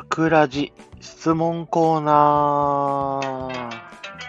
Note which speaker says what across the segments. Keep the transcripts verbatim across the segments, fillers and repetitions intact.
Speaker 1: くらじ質問コーナー。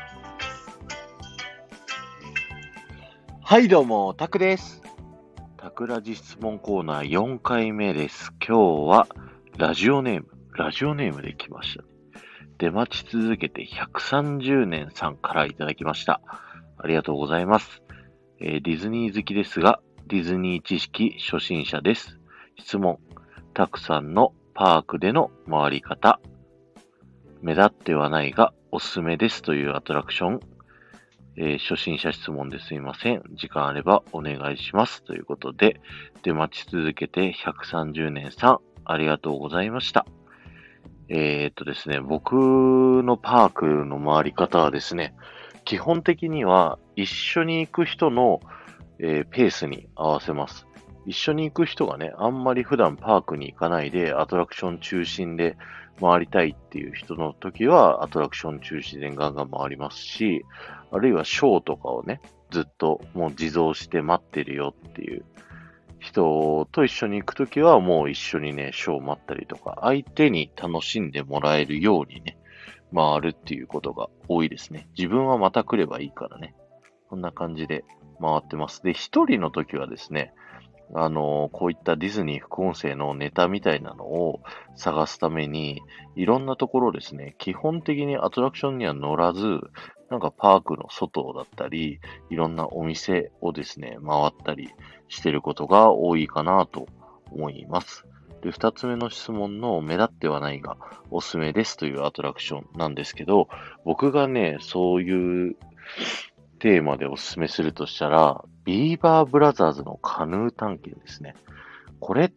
Speaker 1: はい、どうも、タクです。タクラジ質問コーナーよんかいめです。今日はラジオネーム、ラジオネームで来ました。出待ち続けてひゃくさんじゅうねんさんからいただきました。ありがとうございます。えーディズニー好きですが、ディズニー知識初心者です。質問、たくさんのパークでの回り方、目立ってはないがおすすめですというアトラクション、えー初心者質問ですいません。時間あればお願いします。ということで、出待ち続けてひゃくさんじゅうねんさん、ありがとうございました。えーっとですね、僕のパークの回り方はですね、基本的には一緒に行く人の、えーペースに合わせます。一緒に行く人がね、あんまり普段パークに行かないでアトラクション中心で回りたいっていう人の時はアトラクション中心でガンガン回りますし、あるいはショーとかをね、ずっともう地蔵して待ってるよっていう人と一緒に行くときはもう一緒にね、ショーを待ったりとか、相手に楽しんでもらえるようにね、回るっていうことが多いですね。自分はまた来ればいいからね。こんな感じで回ってます。で、一人の時はですね、あのこういったディズニー副音声のネタみたいなのを探すために、いろんなところですね、基本的にアトラクションには乗らず、なんかパークの外だったり、いろんなお店をですね、回ったりしてることが多いかなと思います。で、二つ目の質問の目立ってはないがおすすめですというアトラクションなんですけど、僕がね、そういうテーマでおすすめするとしたら、ビーバーブラザーズのカヌー探検ですね。これって、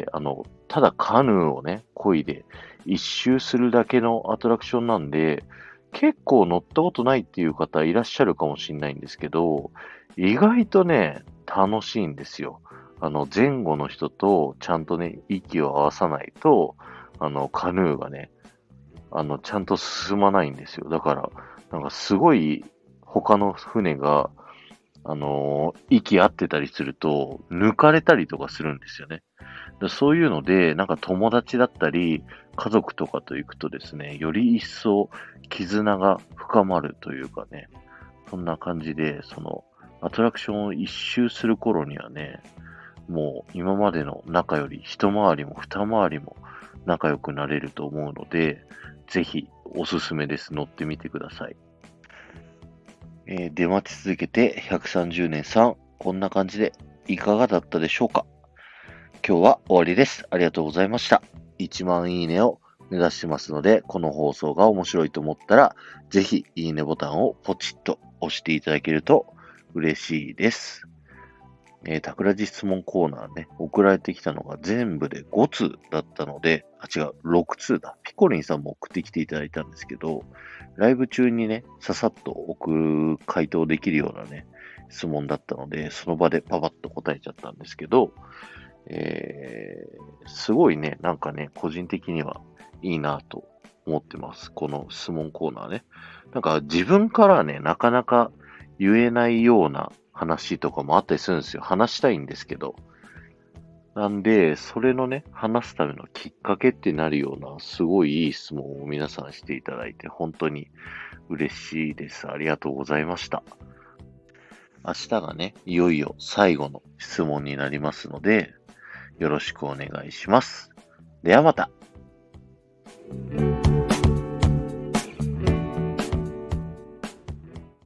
Speaker 1: あの、ただカヌーをね、漕いで一周するだけのアトラクションなんで、結構乗ったことないっていう方いらっしゃるかもしれないんですけど、意外とね、楽しいんですよ。あの、前後の人とちゃんとね、息を合わさないと、あの、カヌーがね、あの、ちゃんと進まないんですよ。だから、なんかすごい他の船が、あのー息合ってたりすると、抜かれたりとかするんですよね。だそういうので、なんか友達だったり、家族とかと行くとですね、より一層絆が深まるというかね、そんな感じで、その、アトラクションを一周する頃にはね、もう今までの仲より一回りも二回りも仲良くなれると思うので、ぜひおすすめです。乗ってみてください。えー出待ち続けてひゃくさんじゅうねんさん、こんな感じでいかがだったでしょうか。今日は終わりです。ありがとうございました。いちまんいいねを目指してますので、この放送が面白いと思ったら、ぜひいいねボタンをポチッと押していただけると嬉しいです。えー、タクラジ質問コーナーね、送られてきたのが全部でごつうだったので、あ、違う、ろくつうだ。ピコリンさんも送ってきていただいたんですけど、ライブ中にね、ささっと送る、回答できるようなね、質問だったので、その場でパパッと答えちゃったんですけど、えー、すごいね、なんかね、個人的にはいいなと思ってます。この質問コーナーね。なんか自分からね、なかなか言えないような話とかもあったりするんですよ。話したいんですけど。なんで、それのね、話すためのきっかけってなるような、すごいいい質問を皆さんしていただいて、本当に嬉しいです。ありがとうございました。明日がね、いよいよ最後の質問になりますので、よろしくお願いします。ではまた。